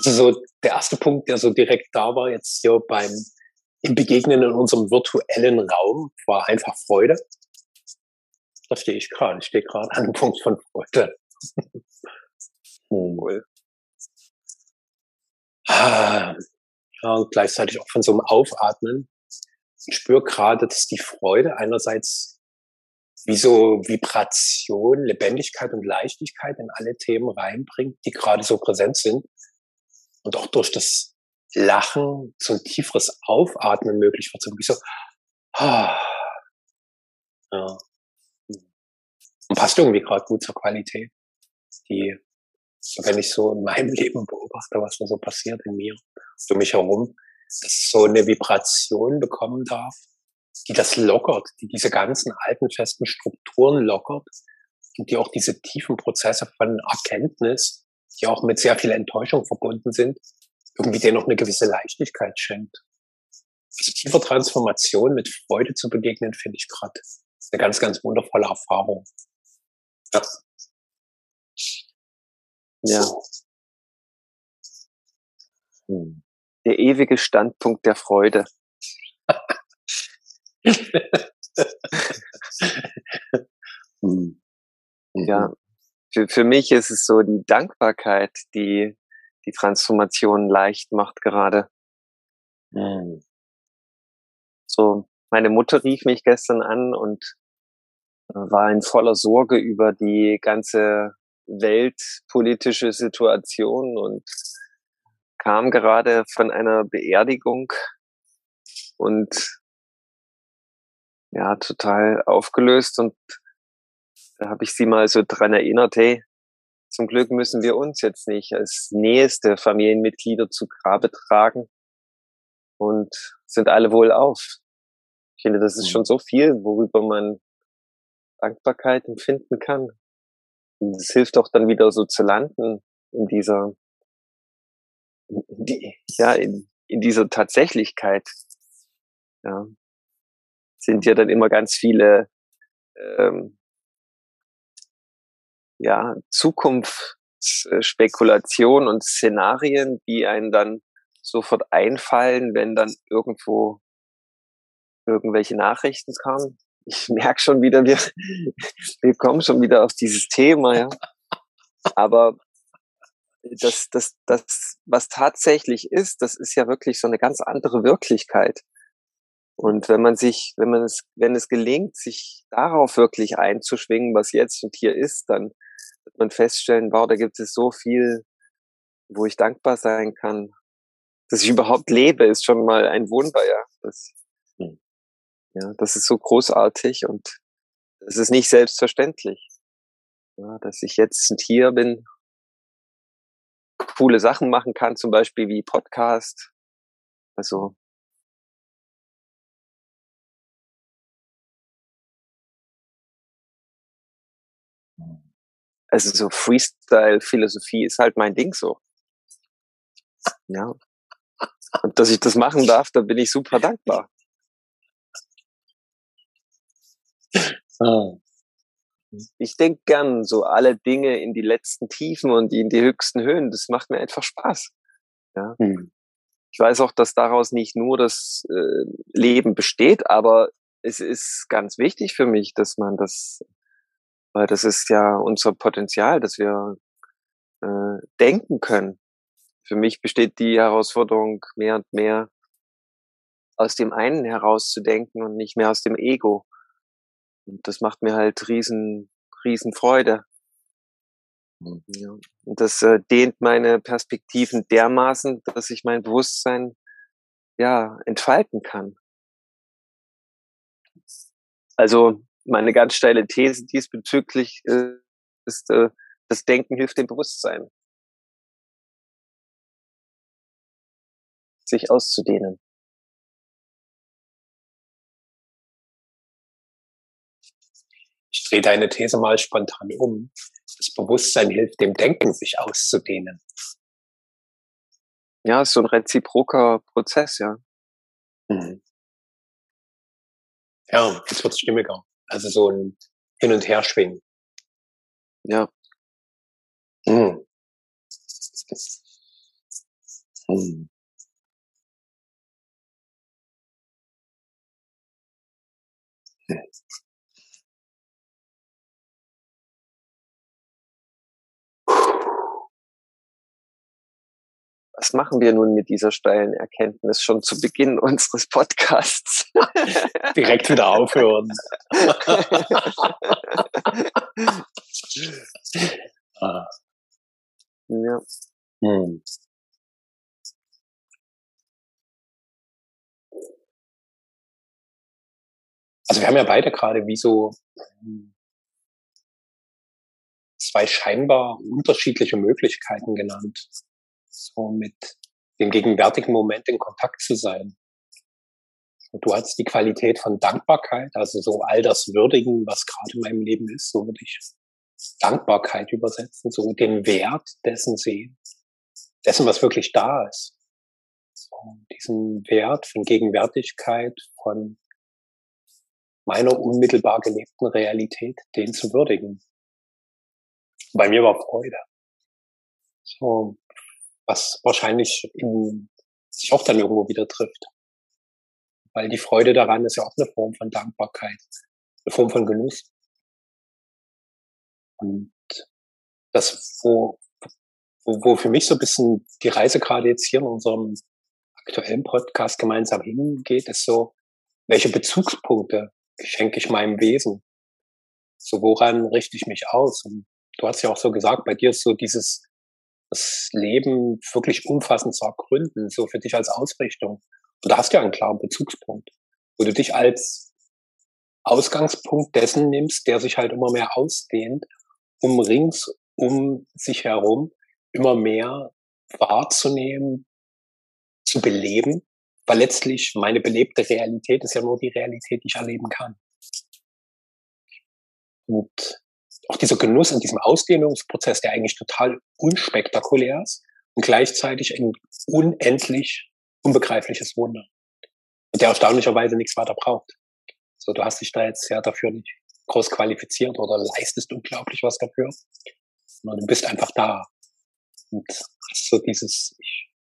Also so der erste Punkt, der so direkt da war, jetzt hier im Begegnen in unserem virtuellen Raum, war einfach Freude. Da stehe ich gerade. Ich stehe gerade an einem Punkt von Freude. Cool. Ja, und gleichzeitig auch von so einem Aufatmen. Ich spüre gerade, dass die Freude einerseits wie so Vibration, Lebendigkeit und Leichtigkeit in alle Themen reinbringt, die gerade so präsent sind. Und auch durch das Lachen so ein tieferes Aufatmen möglich wird. So wirklich so, ja. Und passt irgendwie gerade gut zur Qualität, die, wenn ich so in meinem Leben beobachte, was da so passiert in mir, um mich herum, dass so eine Vibration bekommen darf, die das lockert, die diese ganzen alten festen Strukturen lockert und die auch diese tiefen Prozesse von Erkenntnis, die auch mit sehr viel Enttäuschung verbunden sind, irgendwie denen noch eine gewisse Leichtigkeit schenkt. Also tiefer Transformation mit Freude zu begegnen, finde ich gerade eine ganz, ganz wundervolle Erfahrung. Ja. Ja. Der ewige Standpunkt der Freude. Ja, für mich ist es so die Dankbarkeit, die die Transformation leicht macht gerade. So, meine Mutter rief mich gestern an und war in voller Sorge über die ganze weltpolitische Situation und kam gerade von einer Beerdigung und ja, total aufgelöst, und da habe ich sie mal so dran erinnert, hey, zum Glück müssen wir uns jetzt nicht als nächste Familienmitglieder zu Grabe tragen und sind alle wohlauf. Ich finde, das ist schon so viel, worüber man Dankbarkeit empfinden kann. Und es hilft auch dann wieder so zu landen in dieser, in dieser Tatsächlichkeit. Ja. Sind ja dann immer ganz viele Zukunftsspekulationen und Szenarien, die einen dann sofort einfallen, wenn dann irgendwo irgendwelche Nachrichten kamen. Ich merke schon wieder, wir kommen schon wieder auf dieses Thema, ja. Aber das, was tatsächlich ist, das ist ja wirklich so eine ganz andere Wirklichkeit. Und wenn es gelingt, sich darauf wirklich einzuschwingen, was jetzt und hier ist, dann wird man feststellen, wow, da gibt es so viel, wo ich dankbar sein kann. Dass ich überhaupt lebe, ist schon mal ein Wunder, ja. Das ist so großartig und es ist nicht selbstverständlich, ja, dass ich jetzt und hier bin, coole Sachen machen kann, zum Beispiel wie Podcast. Also so Freestyle-Philosophie ist halt mein Ding so. Ja. Und dass ich das machen darf, da bin ich super dankbar. Ich denke gern so alle Dinge in die letzten Tiefen und in die höchsten Höhen. Das macht mir einfach Spaß. Ja. Ich weiß auch, dass daraus nicht nur das Leben besteht, aber es ist ganz wichtig für mich, dass man das, weil das ist ja unser Potenzial, dass wir denken können. Für mich besteht die Herausforderung, mehr und mehr aus dem einen herauszudenken und nicht mehr aus dem Ego. Und das macht mir halt riesen Freude. Ja. Und das dehnt meine Perspektiven dermaßen, dass ich mein Bewusstsein entfalten kann. Also meine ganz steile These diesbezüglich ist, das Denken hilft dem Bewusstsein, sich auszudehnen. Ich drehe deine These mal spontan um. Das Bewusstsein hilft dem Denken, sich auszudehnen. Ja, ist so ein reziproker Prozess, ja. Ja, jetzt wird's stimmiger. Also so ein Hin- und Herschwingen. Ja. Hm. Was machen wir nun mit dieser steilen Erkenntnis schon zu Beginn unseres Podcasts? Direkt wieder aufhören. Ja. Hm. Also wir haben ja beide gerade wie so zwei scheinbar unterschiedliche Möglichkeiten genannt, so mit dem gegenwärtigen Moment in Kontakt zu sein. Und du hast die Qualität von Dankbarkeit, also so all das Würdigen, was gerade in meinem Leben ist, so würde ich Dankbarkeit übersetzen, so den Wert dessen sehen, dessen, was wirklich da ist. So, diesen Wert von Gegenwärtigkeit, von meiner unmittelbar gelebten Realität, den zu würdigen. Bei mir war Freude. So, was wahrscheinlich sich auch dann irgendwo wieder trifft. Weil die Freude daran ist ja auch eine Form von Dankbarkeit, eine Form von Genuss. Und das, wo für mich so ein bisschen die Reise gerade jetzt hier in unserem aktuellen Podcast gemeinsam hingeht, ist so, welche Bezugspunkte schenke ich meinem Wesen? So, woran richte ich mich aus? Und du hast ja auch so gesagt, bei dir ist so das Leben wirklich umfassend zu ergründen, so für dich als Ausrichtung. Und da hast du ja einen klaren Bezugspunkt, wo du dich als Ausgangspunkt dessen nimmst, der sich halt immer mehr ausdehnt, um rings um sich herum immer mehr wahrzunehmen, zu beleben, weil letztlich meine belebte Realität ist ja nur die Realität, die ich erleben kann. Und auch dieser Genuss in diesem Ausdehnungsprozess, der eigentlich total unspektakulär ist und gleichzeitig ein unendlich unbegreifliches Wunder. Und der erstaunlicherweise nichts weiter braucht. So, du hast dich da jetzt ja dafür nicht groß qualifiziert oder leistest unglaublich was dafür, sondern du bist einfach da und hast so dieses,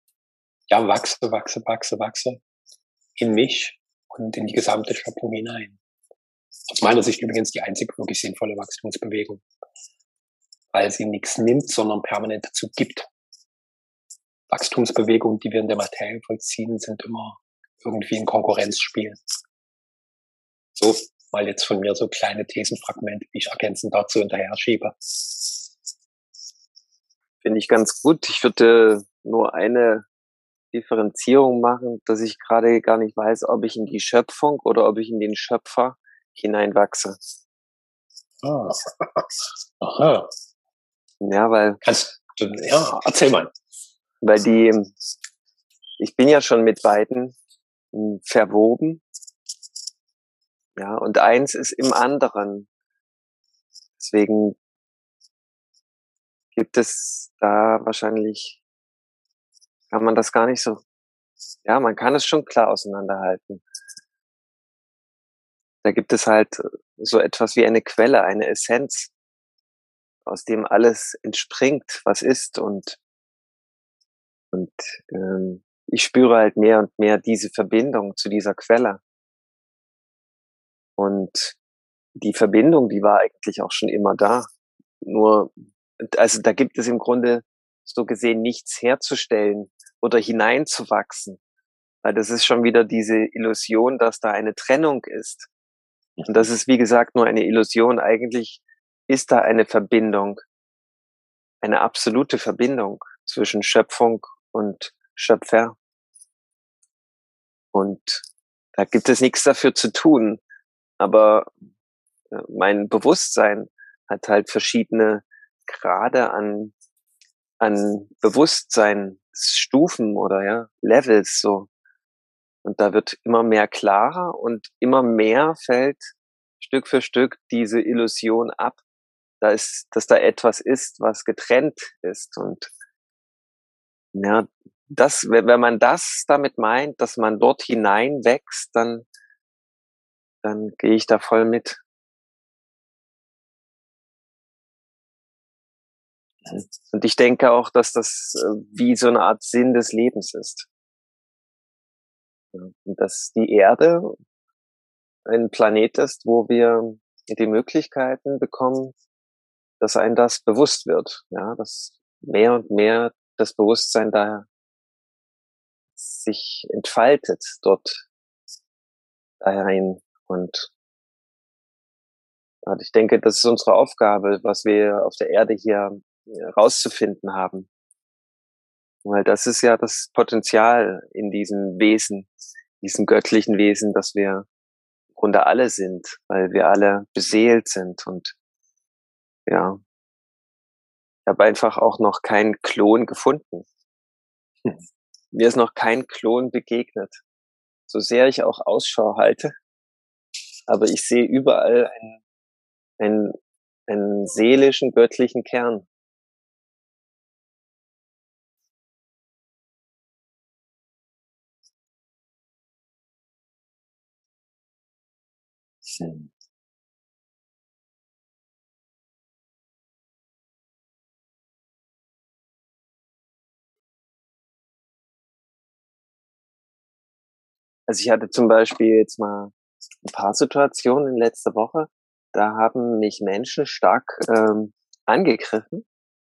wachse in mich und in die gesamte Schöpfung hinein. Aus meiner Sicht übrigens die einzig wirklich sinnvolle Wachstumsbewegung, weil sie nichts nimmt, sondern permanent dazu gibt. Wachstumsbewegungen, die wir in der Materie vollziehen, sind immer irgendwie ein Konkurrenzspiel. So, mal jetzt von mir so kleine Thesenfragmente, die ich ergänzend dazu hinterher schiebe. Finde ich ganz gut. Ich würde nur eine Differenzierung machen, dass ich gerade gar nicht weiß, ob ich in die Schöpfung oder ob ich in den Schöpfer hineinwachse. Ah. Aha. Ja, weil. Ja, erzähl mal. Weil ich bin ja schon mit beiden verwoben. Ja, und eins ist im anderen. Deswegen gibt es da wahrscheinlich, kann man das gar nicht so, ja, man kann es schon klar auseinanderhalten. Da gibt es halt so etwas wie eine Quelle, eine Essenz, aus dem alles entspringt, was ist und ich spüre halt mehr und mehr diese Verbindung zu dieser Quelle. Und die Verbindung, die war eigentlich auch schon immer da. Nur, also da gibt es im Grunde so gesehen nichts herzustellen oder hineinzuwachsen. Weil das ist schon wieder diese Illusion, dass da eine Trennung ist. Und das ist, wie gesagt, nur eine Illusion. Eigentlich ist da eine Verbindung, eine absolute Verbindung zwischen Schöpfung und Schöpfer. Und da gibt es nichts dafür zu tun. Aber mein Bewusstsein hat halt verschiedene Grade an Bewusstseinsstufen oder ja, Levels so. Und da wird immer mehr klarer und immer mehr fällt Stück für Stück diese Illusion ab, dass da etwas ist, was getrennt ist. Und ja, wenn man das damit meint, dass man dort hinein wächst, dann gehe ich da voll mit. Und ich denke auch, dass das wie so eine Art Sinn des Lebens ist. Und dass die Erde ein Planet ist, wo wir die Möglichkeiten bekommen, dass einem das bewusst wird. Ja, dass mehr und mehr das Bewusstsein da sich entfaltet dort dahin. Und ich denke, das ist unsere Aufgabe, was wir auf der Erde hier rauszufinden haben. Weil das ist ja das Potenzial in diesem Wesen, diesem göttlichen Wesen, dass wir im Grunde alle sind, weil wir alle beseelt sind. Und ja, ich habe einfach auch noch keinen Klon gefunden. Mir ist noch kein Klon begegnet. So sehr ich auch Ausschau halte, aber ich sehe überall einen seelischen, göttlichen Kern. Also ich hatte zum Beispiel jetzt mal ein paar Situationen in letzter Woche, da haben mich Menschen stark angegriffen.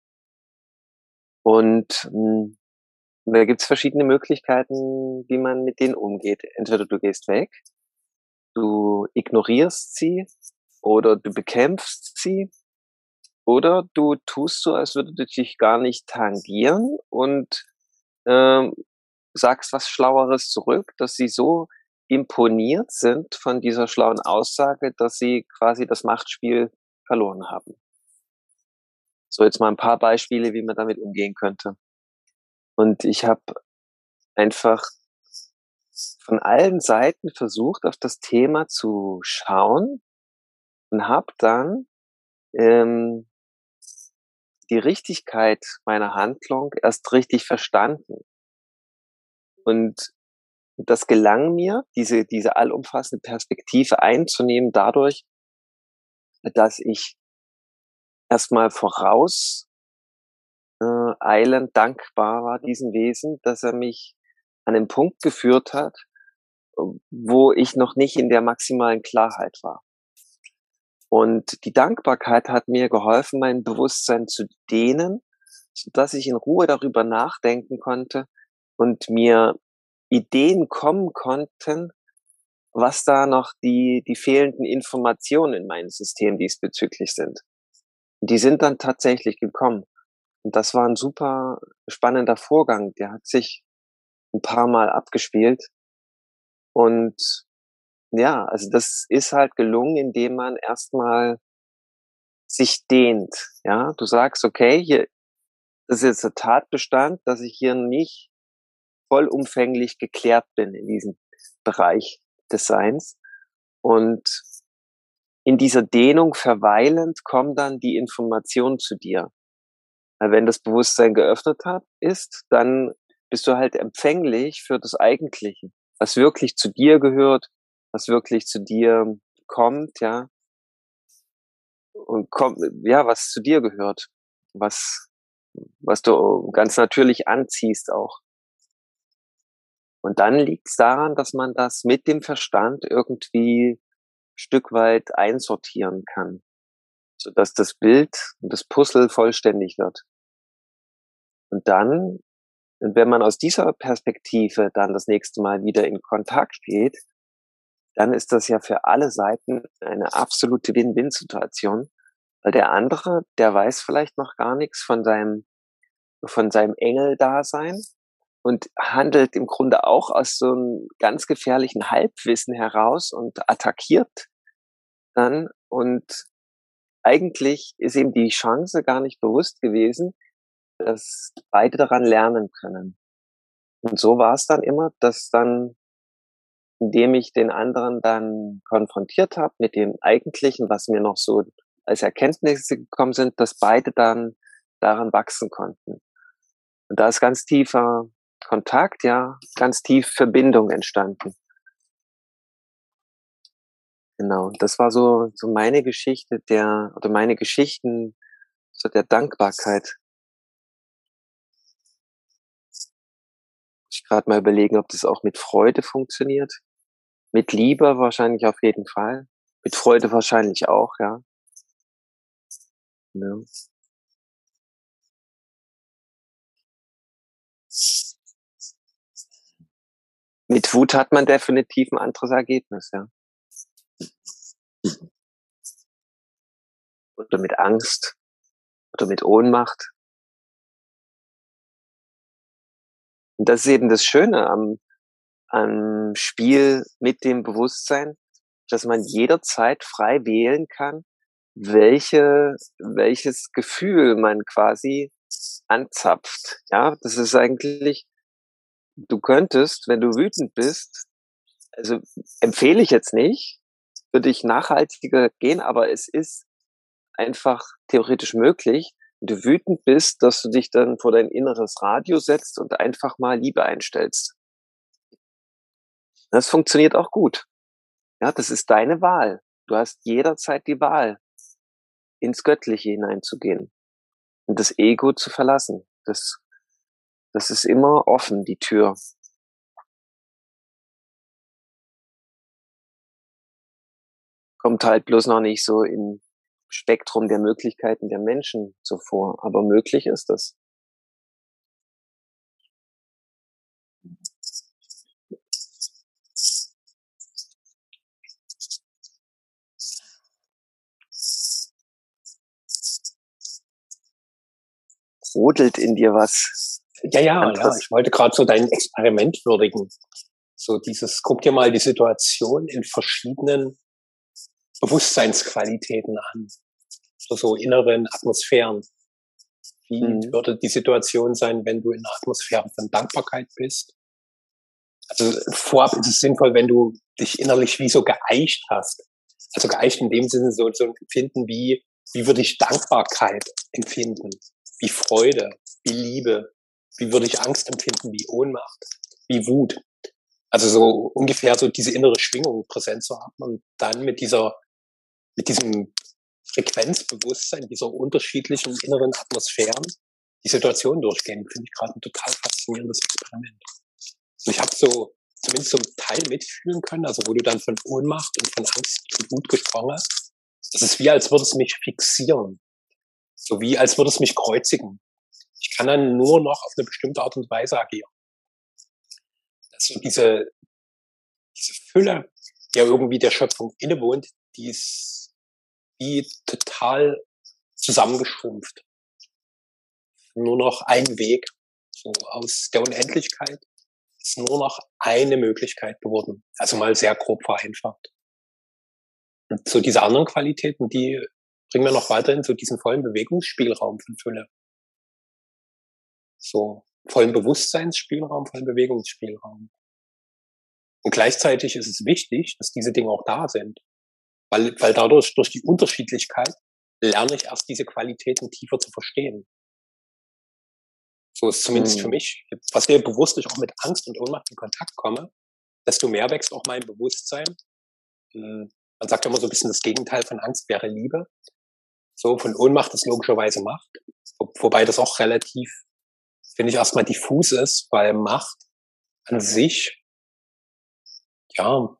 Und da gibt's verschiedene Möglichkeiten, wie man mit denen umgeht. Entweder du gehst weg, du ignorierst sie oder du bekämpfst sie oder du tust so, als würde dich gar nicht tangieren und ähm, sagst was Schlaueres zurück, dass sie so imponiert sind von dieser schlauen Aussage, dass sie quasi das Machtspiel verloren haben. So, jetzt mal ein paar Beispiele, wie man damit umgehen könnte. Und ich habe einfach von allen Seiten versucht, auf das Thema zu schauen und habe dann ähm, die Richtigkeit meiner Handlung erst richtig verstanden. Und das gelang mir, diese allumfassende Perspektive einzunehmen, dadurch, dass ich erstmal eilend dankbar war diesem Wesen, dass er mich an den Punkt geführt hat, wo ich noch nicht in der maximalen Klarheit war. Und die Dankbarkeit hat mir geholfen, mein Bewusstsein zu dehnen, sodass ich in Ruhe darüber nachdenken konnte und mir Ideen kommen konnten, was da noch die fehlenden Informationen in meinem System diesbezüglich sind. Und die sind dann tatsächlich gekommen. Und das war ein super spannender Vorgang. Der hat sich ein paar Mal abgespielt. Und ja, also das ist halt gelungen, indem man erstmal sich dehnt. Ja, du sagst, okay, hier, das ist jetzt der Tatbestand, dass ich hier nicht vollumfänglich geklärt bin in diesem Bereich des Seins. Und in dieser Dehnung verweilend kommen dann die Informationen zu dir. Weil wenn das Bewusstsein geöffnet ist, dann bist du halt empfänglich für das Eigentliche, was wirklich zu dir gehört, was wirklich zu dir kommt, ja, und kommt, ja, was zu dir gehört, was, was du ganz natürlich anziehst auch. Und dann liegt es daran, dass man das mit dem Verstand irgendwie Stück weit einsortieren kann, sodass das Bild und das Puzzle vollständig wird. Und dann, wenn man aus dieser Perspektive dann das nächste Mal wieder in Kontakt geht, dann ist das ja für alle Seiten eine absolute Win-Win-Situation, weil der andere, der weiß vielleicht noch gar nichts von seinem Engel-Dasein und handelt im Grunde auch aus so einem ganz gefährlichen Halbwissen heraus und attackiert dann. Und eigentlich ist ihm die Chance gar nicht bewusst gewesen, dass beide daran lernen können. Und so war es dann immer, dass dann, indem ich den anderen dann konfrontiert habe mit dem Eigentlichen, was mir noch so als Erkenntnisse gekommen sind, dass beide dann daran wachsen konnten. Und da ist ganz tiefer Kontakt, ja, ganz tief Verbindung entstanden. Genau. Das war so meine Geschichte oder meine Geschichten so der Dankbarkeit. Gerade mal überlegen, ob das auch mit Freude funktioniert. Mit Liebe wahrscheinlich auf jeden Fall. Mit Freude wahrscheinlich auch, ja. Ja. Mit Wut hat man definitiv ein anderes Ergebnis, ja. Oder mit Angst. Oder mit Ohnmacht. Und das ist eben das Schöne am Spiel mit dem Bewusstsein, dass man jederzeit frei wählen kann, welches Gefühl man quasi anzapft. Ja, das ist eigentlich, du könntest, wenn du wütend bist, also empfehle ich jetzt nicht, würde ich nachhaltiger gehen, aber es ist einfach theoretisch möglich, wenn du wütend bist, dass du dich dann vor dein inneres Radio setzt und einfach mal Liebe einstellst. Das funktioniert auch gut. Ja, das ist deine Wahl. Du hast jederzeit die Wahl, ins Göttliche hineinzugehen und das Ego zu verlassen. Das ist immer offen, die Tür. Kommt halt bloß noch nicht so im Spektrum der Möglichkeiten der Menschen so vor. Aber möglich ist das. Brodelt in dir was? Ja, ich wollte gerade so dein Experiment würdigen. So guck dir mal die Situation in verschiedenen Bewusstseinsqualitäten an. So inneren Atmosphären. Wie würde die Situation sein, wenn du in einer Atmosphäre von Dankbarkeit bist? Also vorab ist es sinnvoll, wenn du dich innerlich wie so geeicht hast. Also geeicht in dem Sinne so ein Empfinden wie würde ich Dankbarkeit empfinden? Wie Freude? Wie Liebe? Wie würde ich Angst empfinden? Wie Ohnmacht? Wie Wut? Also so ungefähr so diese innere Schwingung präsent zu haben und dann mit diesem Frequenzbewusstsein dieser unterschiedlichen inneren Atmosphären die Situation durchgehen, finde ich gerade ein total faszinierendes Experiment. Und ich habe so zumindest zum Teil mitfühlen können, also wo du dann von Ohnmacht und von Angst und Wut gesprochen hast. Das ist wie, als würde es mich fixieren. So wie, als würde es mich kreuzigen. Ich kann dann nur noch auf eine bestimmte Art und Weise agieren. Also diese Fülle, die ja irgendwie der Schöpfung innewohnt, die ist wie total zusammengeschrumpft. Nur noch ein Weg. So aus der Unendlichkeit ist nur noch eine Möglichkeit geworden. Also mal sehr grob vereinfacht. Und so diese anderen Qualitäten, die bringen wir noch weiterhin so diesen vollen Bewegungsspielraum von Fülle. So vollen Bewusstseinsspielraum, vollen Bewegungsspielraum. Und gleichzeitig ist es wichtig, dass diese Dinge auch da sind. Weil dadurch, durch die Unterschiedlichkeit, lerne ich erst diese Qualitäten tiefer zu verstehen. So ist zumindest für mich, was mir bewusst ich auch mit Angst und Ohnmacht in Kontakt komme, desto mehr wächst auch mein Bewusstsein. Man sagt ja immer so ein bisschen, das Gegenteil von Angst wäre Liebe. So, von Ohnmacht ist logischerweise Macht. Wobei das auch relativ, finde ich, erstmal diffus ist, weil Macht an sich, ja,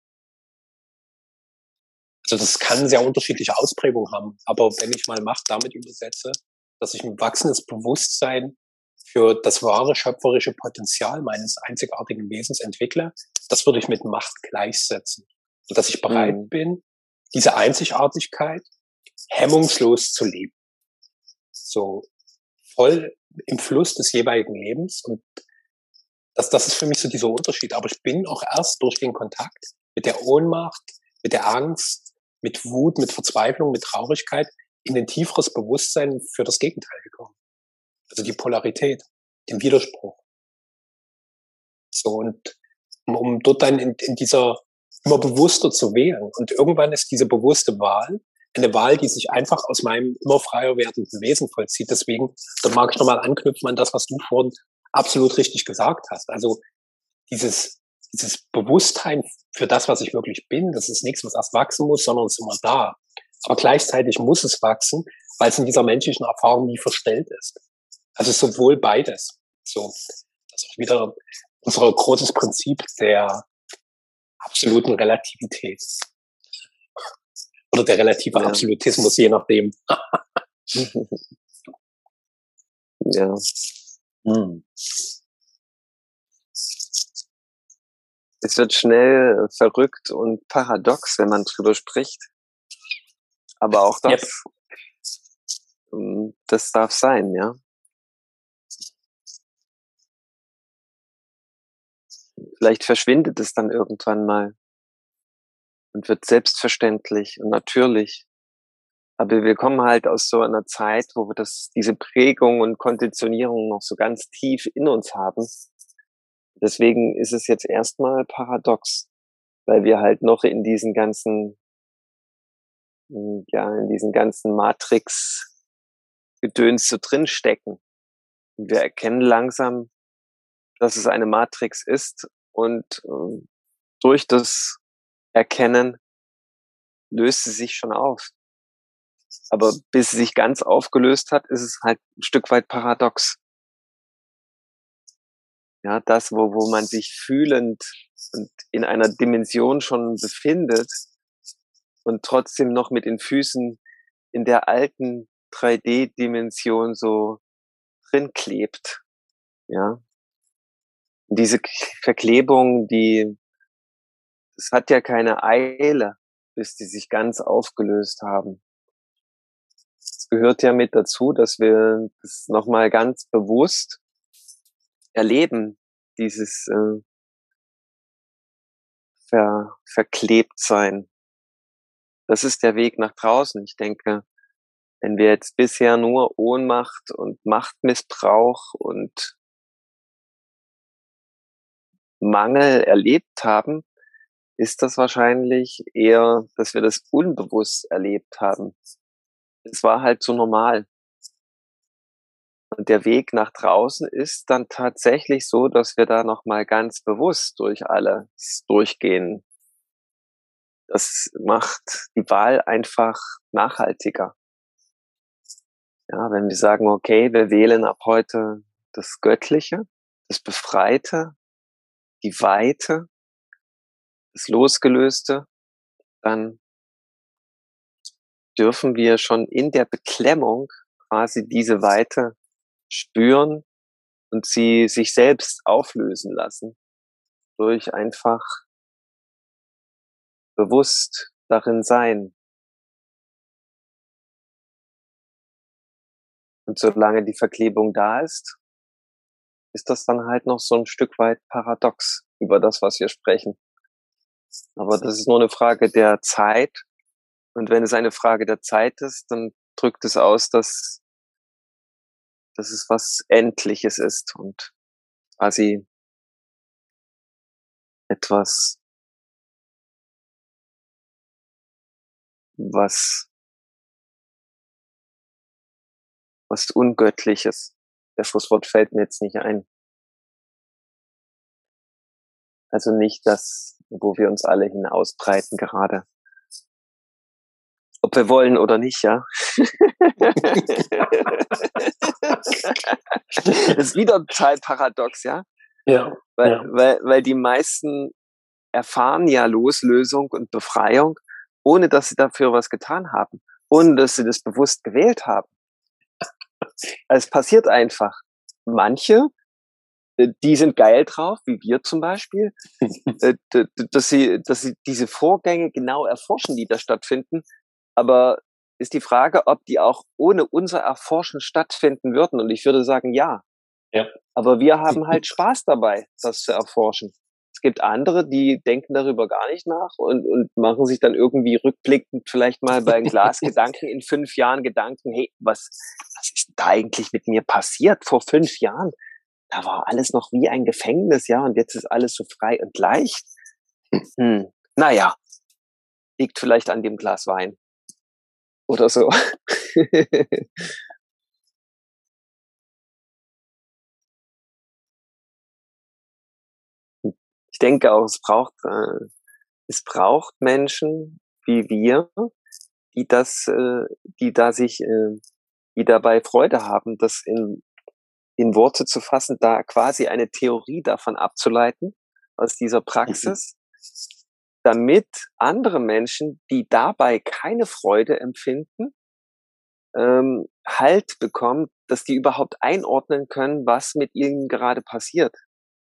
also das kann sehr unterschiedliche Ausprägungen haben. Aber wenn ich mal Macht damit übersetze, dass ich ein wachsendes Bewusstsein für das wahre schöpferische Potenzial meines einzigartigen Wesens entwickle, das würde ich mit Macht gleichsetzen. Und dass ich bereit bin, diese Einzigartigkeit hemmungslos zu leben. So voll im Fluss des jeweiligen Lebens. Und das ist für mich so dieser Unterschied. Aber ich bin auch erst durch den Kontakt mit der Ohnmacht, mit der Angst, mit Wut, mit Verzweiflung, mit Traurigkeit in ein tieferes Bewusstsein für das Gegenteil gekommen. Also die Polarität, den Widerspruch. So, und um dort dann in dieser immer bewusster zu wählen. Und irgendwann ist diese bewusste Wahl eine Wahl, die sich einfach aus meinem immer freier werdenden Wesen vollzieht. Deswegen, da mag ich nochmal anknüpfen an das, was du vorhin absolut richtig gesagt hast. Also dieses Bewusstsein für das, was ich wirklich bin, das ist nichts, was erst wachsen muss, sondern es ist immer da. Aber gleichzeitig muss es wachsen, weil es in dieser menschlichen Erfahrung nie verstellt ist. Also sowohl beides. So, das auch wieder unser großes Prinzip der absoluten Relativität. Oder der relative Absolutismus, je nachdem. Ja. Es wird schnell verrückt und paradox, wenn man drüber spricht. Aber auch das, das darf sein, ja. Vielleicht verschwindet es dann irgendwann mal und wird selbstverständlich und natürlich. Aber wir kommen halt aus so einer Zeit, wo wir diese Prägung und Konditionierung noch so ganz tief in uns haben. Deswegen ist es jetzt erstmal paradox, weil wir halt noch in diesen ganzen Matrix-Gedöns so drin stecken. Und wir erkennen langsam, dass es eine Matrix ist und durch das Erkennen löst sie sich schon auf. Aber bis sie sich ganz aufgelöst hat, ist es halt ein Stück weit paradox. Ja, das, wo man sich fühlend und in einer Dimension schon befindet und trotzdem noch mit den Füßen in der alten 3D-Dimension so drin klebt. Ja. Und diese Verklebung, das hat ja keine Eile, bis die sich ganz aufgelöst haben. Es gehört ja mit dazu, dass wir das nochmal ganz bewusst erleben, dieses verklebt sein. Das ist der Weg nach draußen. Ich denke, wenn wir jetzt bisher nur Ohnmacht und Machtmissbrauch und Mangel erlebt haben, ist das wahrscheinlich eher, dass wir das unbewusst erlebt haben. Es war halt so normal. Und der Weg nach draußen ist dann tatsächlich so, dass wir da nochmal ganz bewusst durch alles durchgehen. Das macht die Wahl einfach nachhaltiger. Ja, wenn wir sagen, okay, wir wählen ab heute das Göttliche, das Befreite, die Weite, das Losgelöste, dann dürfen wir schon in der Beklemmung quasi diese Weite spüren und sie sich selbst auflösen lassen, durch einfach bewusst darin sein. Und solange die Verklebung da ist, ist das dann halt noch so ein Stück weit paradox über das, was wir sprechen. Aber das ist nur eine Frage der Zeit. Und wenn es eine Frage der Zeit ist, dann drückt es aus, dass es was Endliches ist und quasi etwas, was Ungöttliches. Das Schlusswort fällt mir jetzt nicht ein. Also nicht das, wo wir uns alle hinausbreiten gerade. Ob wir wollen oder nicht, ja. Das ist wieder total paradox, ja. Ja. Weil die meisten erfahren ja Loslösung und Befreiung, ohne dass sie dafür was getan haben, ohne dass sie das bewusst gewählt haben. Also es passiert einfach. Manche, die sind geil drauf, wie wir zum Beispiel, dass sie diese Vorgänge genau erforschen, die da stattfinden. Aber ist die Frage, ob die auch ohne unser Erforschen stattfinden würden. Und ich würde sagen, ja. Aber wir haben halt Spaß dabei, das zu erforschen. Es gibt andere, die denken darüber gar nicht nach und machen sich dann irgendwie rückblickend vielleicht mal bei einem Glas Gedanken in 5 Jahren Gedanken, hey, was ist da eigentlich mit mir passiert vor 5 Jahren? Da war alles noch wie ein Gefängnis, ja, und jetzt ist alles so frei und leicht. Naja, liegt vielleicht an dem Glas Wein. Oder so. Ich denke auch, es braucht Menschen wie wir, die dabei Freude haben, das in Worte zu fassen, da quasi eine Theorie davon abzuleiten, aus dieser Praxis, damit andere Menschen, die dabei keine Freude empfinden, Halt bekommen, dass die überhaupt einordnen können, was mit ihnen gerade passiert.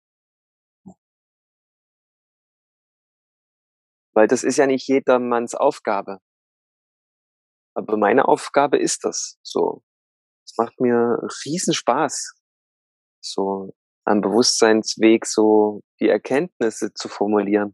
Weil das ist ja nicht jedermanns Aufgabe. Aber meine Aufgabe ist das so. Es macht mir riesen Spaß, so am Bewusstseinsweg so die Erkenntnisse zu formulieren.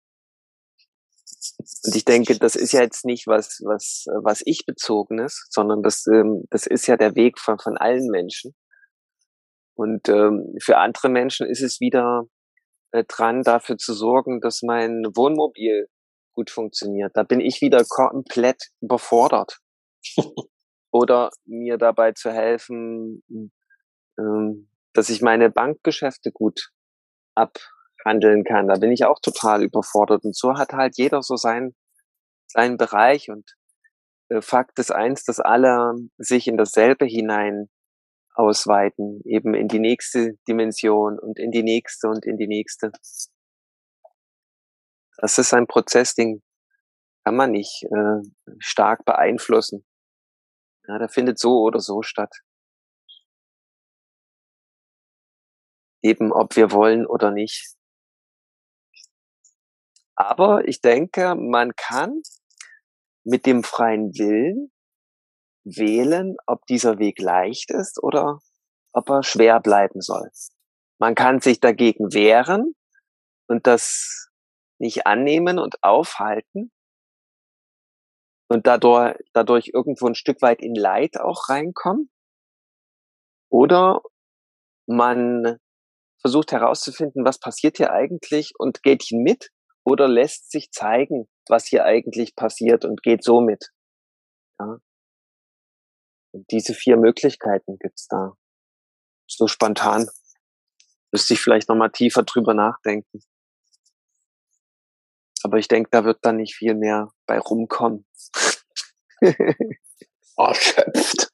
Und ich denke, das ist ja jetzt nicht was ich bezogenes, sondern das ist ja der Weg von allen Menschen. Und für andere Menschen ist es wieder dran, dafür zu sorgen, dass mein Wohnmobil gut funktioniert. Da bin ich wieder komplett überfordert. Oder mir dabei zu helfen, dass ich meine Bankgeschäfte gut abhandeln kann. Da bin ich auch total überfordert. Und so hat halt jeder so seinen Bereich. Und Fakt ist eins, dass alle sich in dasselbe hinein ausweiten, eben in die nächste Dimension und in die nächste und in die nächste. Das ist ein Prozess, den kann man nicht stark beeinflussen. Ja, der findet so oder so statt. Eben ob wir wollen oder nicht. Aber ich denke, man kann mit dem freien Willen wählen, ob dieser Weg leicht ist oder ob er schwer bleiben soll. Man kann sich dagegen wehren und das nicht annehmen und aufhalten und dadurch irgendwo ein Stück weit in Leid auch reinkommen. Oder man versucht herauszufinden, was passiert hier eigentlich und geht mit oder lässt sich zeigen, was hier eigentlich passiert und geht so mit. Ja. Und diese 4 Möglichkeiten gibt's da. So spontan. Müsste ich vielleicht nochmal tiefer drüber nachdenken. Aber ich denke, da wird dann nicht viel mehr bei rumkommen. Erschöpft.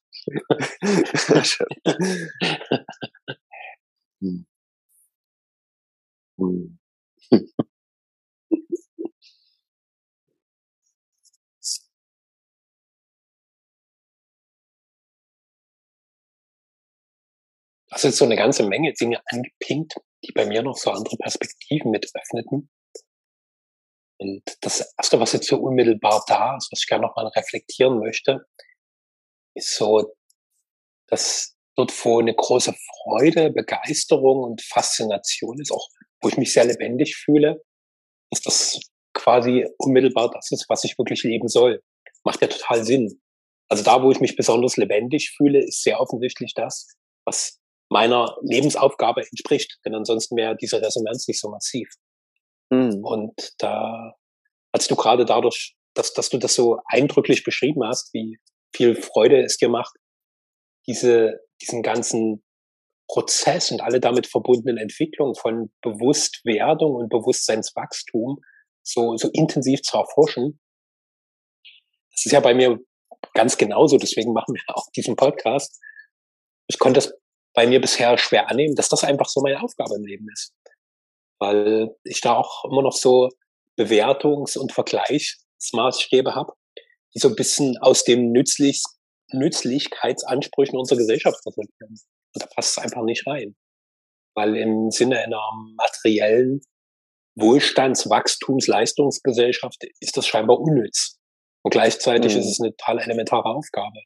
Das ist so eine ganze Menge Dinge angepinkt, die bei mir noch so andere Perspektiven mit öffneten. Und das Erste, was jetzt so unmittelbar da ist, was ich gerne nochmal reflektieren möchte, ist so, dass dort wo eine große Freude, Begeisterung und Faszination ist, auch wo ich mich sehr lebendig fühle, dass das quasi unmittelbar das ist, was ich wirklich leben soll. Macht ja total Sinn. Also da, wo ich mich besonders lebendig fühle, ist sehr offensichtlich das, was meiner Lebensaufgabe entspricht. Denn ansonsten wäre diese Resonanz nicht so massiv. Und da, als du gerade dadurch, dass du das so eindrücklich beschrieben hast, wie viel Freude es dir macht, diesen ganzen Prozess und alle damit verbundenen Entwicklungen von Bewusstwerdung und Bewusstseinswachstum so intensiv zu erforschen. Das ist ja bei mir ganz genauso, deswegen machen wir auch diesen Podcast. Ich konnte das bei mir bisher schwer annehmen, dass das einfach so meine Aufgabe im Leben ist. Weil ich da auch immer noch so Bewertungs- und Vergleichsmaßstäbe habe, die so ein bisschen aus dem Nützlichkeitsansprüchen unserer Gesellschaft resultieren. Und da passt es einfach nicht rein. Weil im Sinne einer materiellen Wohlstands-, Wachstums-, Leistungsgesellschaft ist das scheinbar unnütz. Und gleichzeitig ist es eine total elementare Aufgabe.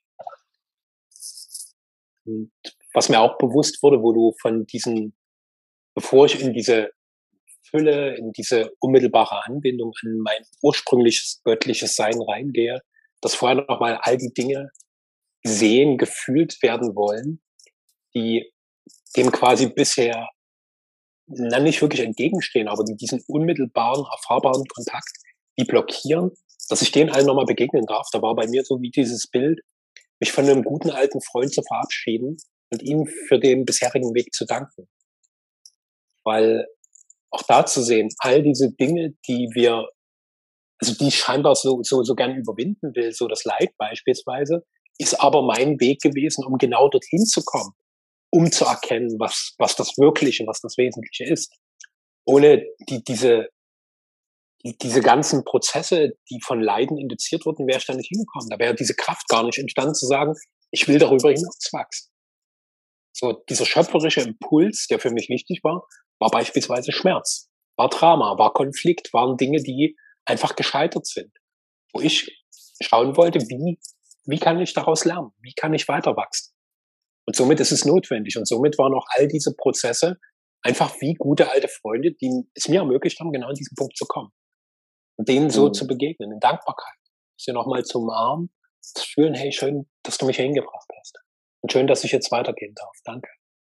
Und was mir auch bewusst wurde, wo du von bevor ich in diese Fülle, in diese unmittelbare Anbindung an mein ursprüngliches göttliches Sein reingehe, dass vorher nochmal all die Dinge gesehen, gefühlt werden wollen, die dem quasi bisher nicht wirklich entgegenstehen, aber die diesen unmittelbaren, erfahrbaren Kontakt, die blockieren, dass ich denen allen nochmal begegnen darf. Da war bei mir so wie dieses Bild, mich von einem guten alten Freund zu verabschieden und ihm für den bisherigen Weg zu danken. Weil auch da zu sehen, all diese Dinge, die ich scheinbar so gern überwinden will, so das Leid beispielsweise, ist aber mein Weg gewesen, um genau dorthin zu kommen. um zu erkennen, was das Wirkliche, was das Wesentliche ist. Ohne diese ganzen Prozesse, die von Leiden induziert wurden, wäre ich da nicht hingekommen. Da wäre diese Kraft gar nicht entstanden zu sagen, ich will darüber hinaus wachsen. So, dieser schöpferische Impuls, der für mich wichtig war beispielsweise Schmerz, war Drama, war Konflikt, waren Dinge, die einfach gescheitert sind. Wo ich schauen wollte, wie kann ich daraus lernen? Wie kann ich weiter wachsen? Und somit ist es notwendig. Und somit waren auch all diese Prozesse einfach wie gute alte Freunde, die es mir ermöglicht haben, genau an diesen Punkt zu kommen. Und denen so zu begegnen, in Dankbarkeit. Sie nochmal zu umarmen, zu fühlen, hey, schön, dass du mich hingebracht hast. Und schön, dass ich jetzt weitergehen darf. Danke.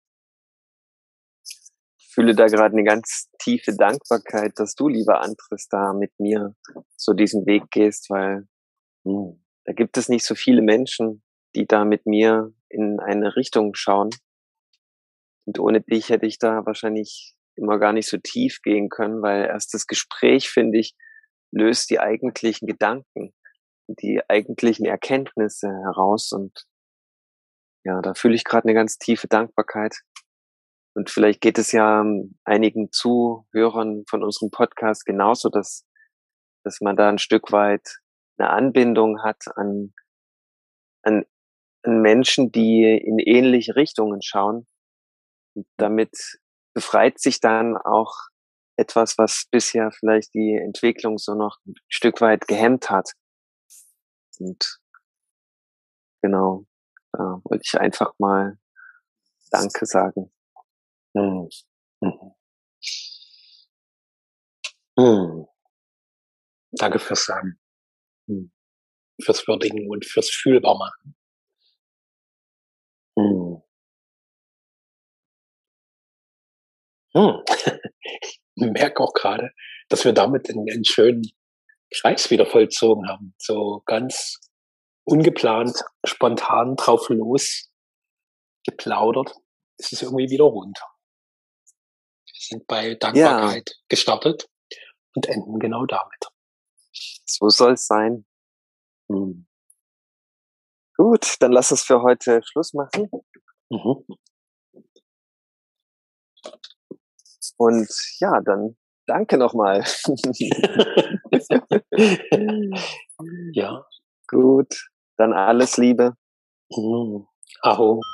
Ich fühle da gerade eine ganz tiefe Dankbarkeit, dass du, lieber Andres, da mit mir so diesen Weg gehst, weil da gibt es nicht so viele Menschen, die da mit mir in eine Richtung schauen. Und ohne dich hätte ich da wahrscheinlich immer gar nicht so tief gehen können, weil erst das Gespräch, finde ich, löst die eigentlichen Gedanken, die eigentlichen Erkenntnisse heraus. Und ja, da fühle ich gerade eine ganz tiefe Dankbarkeit. Und vielleicht geht es ja einigen Zuhörern von unserem Podcast genauso, dass man da ein Stück weit eine Anbindung hat an Menschen, die in ähnliche Richtungen schauen. Und damit befreit sich dann auch etwas, was bisher vielleicht die Entwicklung so noch ein Stück weit gehemmt hat. Und genau, da wollte ich einfach mal Danke sagen. Mhm. Mhm. Danke fürs Sagen. Fürs Würdigen und fürs Fühlbarmachen. Ich merke auch gerade, dass wir damit einen schönen Kreis wieder vollzogen haben. So ganz ungeplant, spontan drauf los geplaudert. Es ist irgendwie wieder runter. Wir sind bei Dankbarkeit gestartet und enden genau damit. So soll es sein. Gut, dann lass uns für heute Schluss machen. Und ja, dann danke nochmal. Ja. Gut, dann alles Liebe. Aho.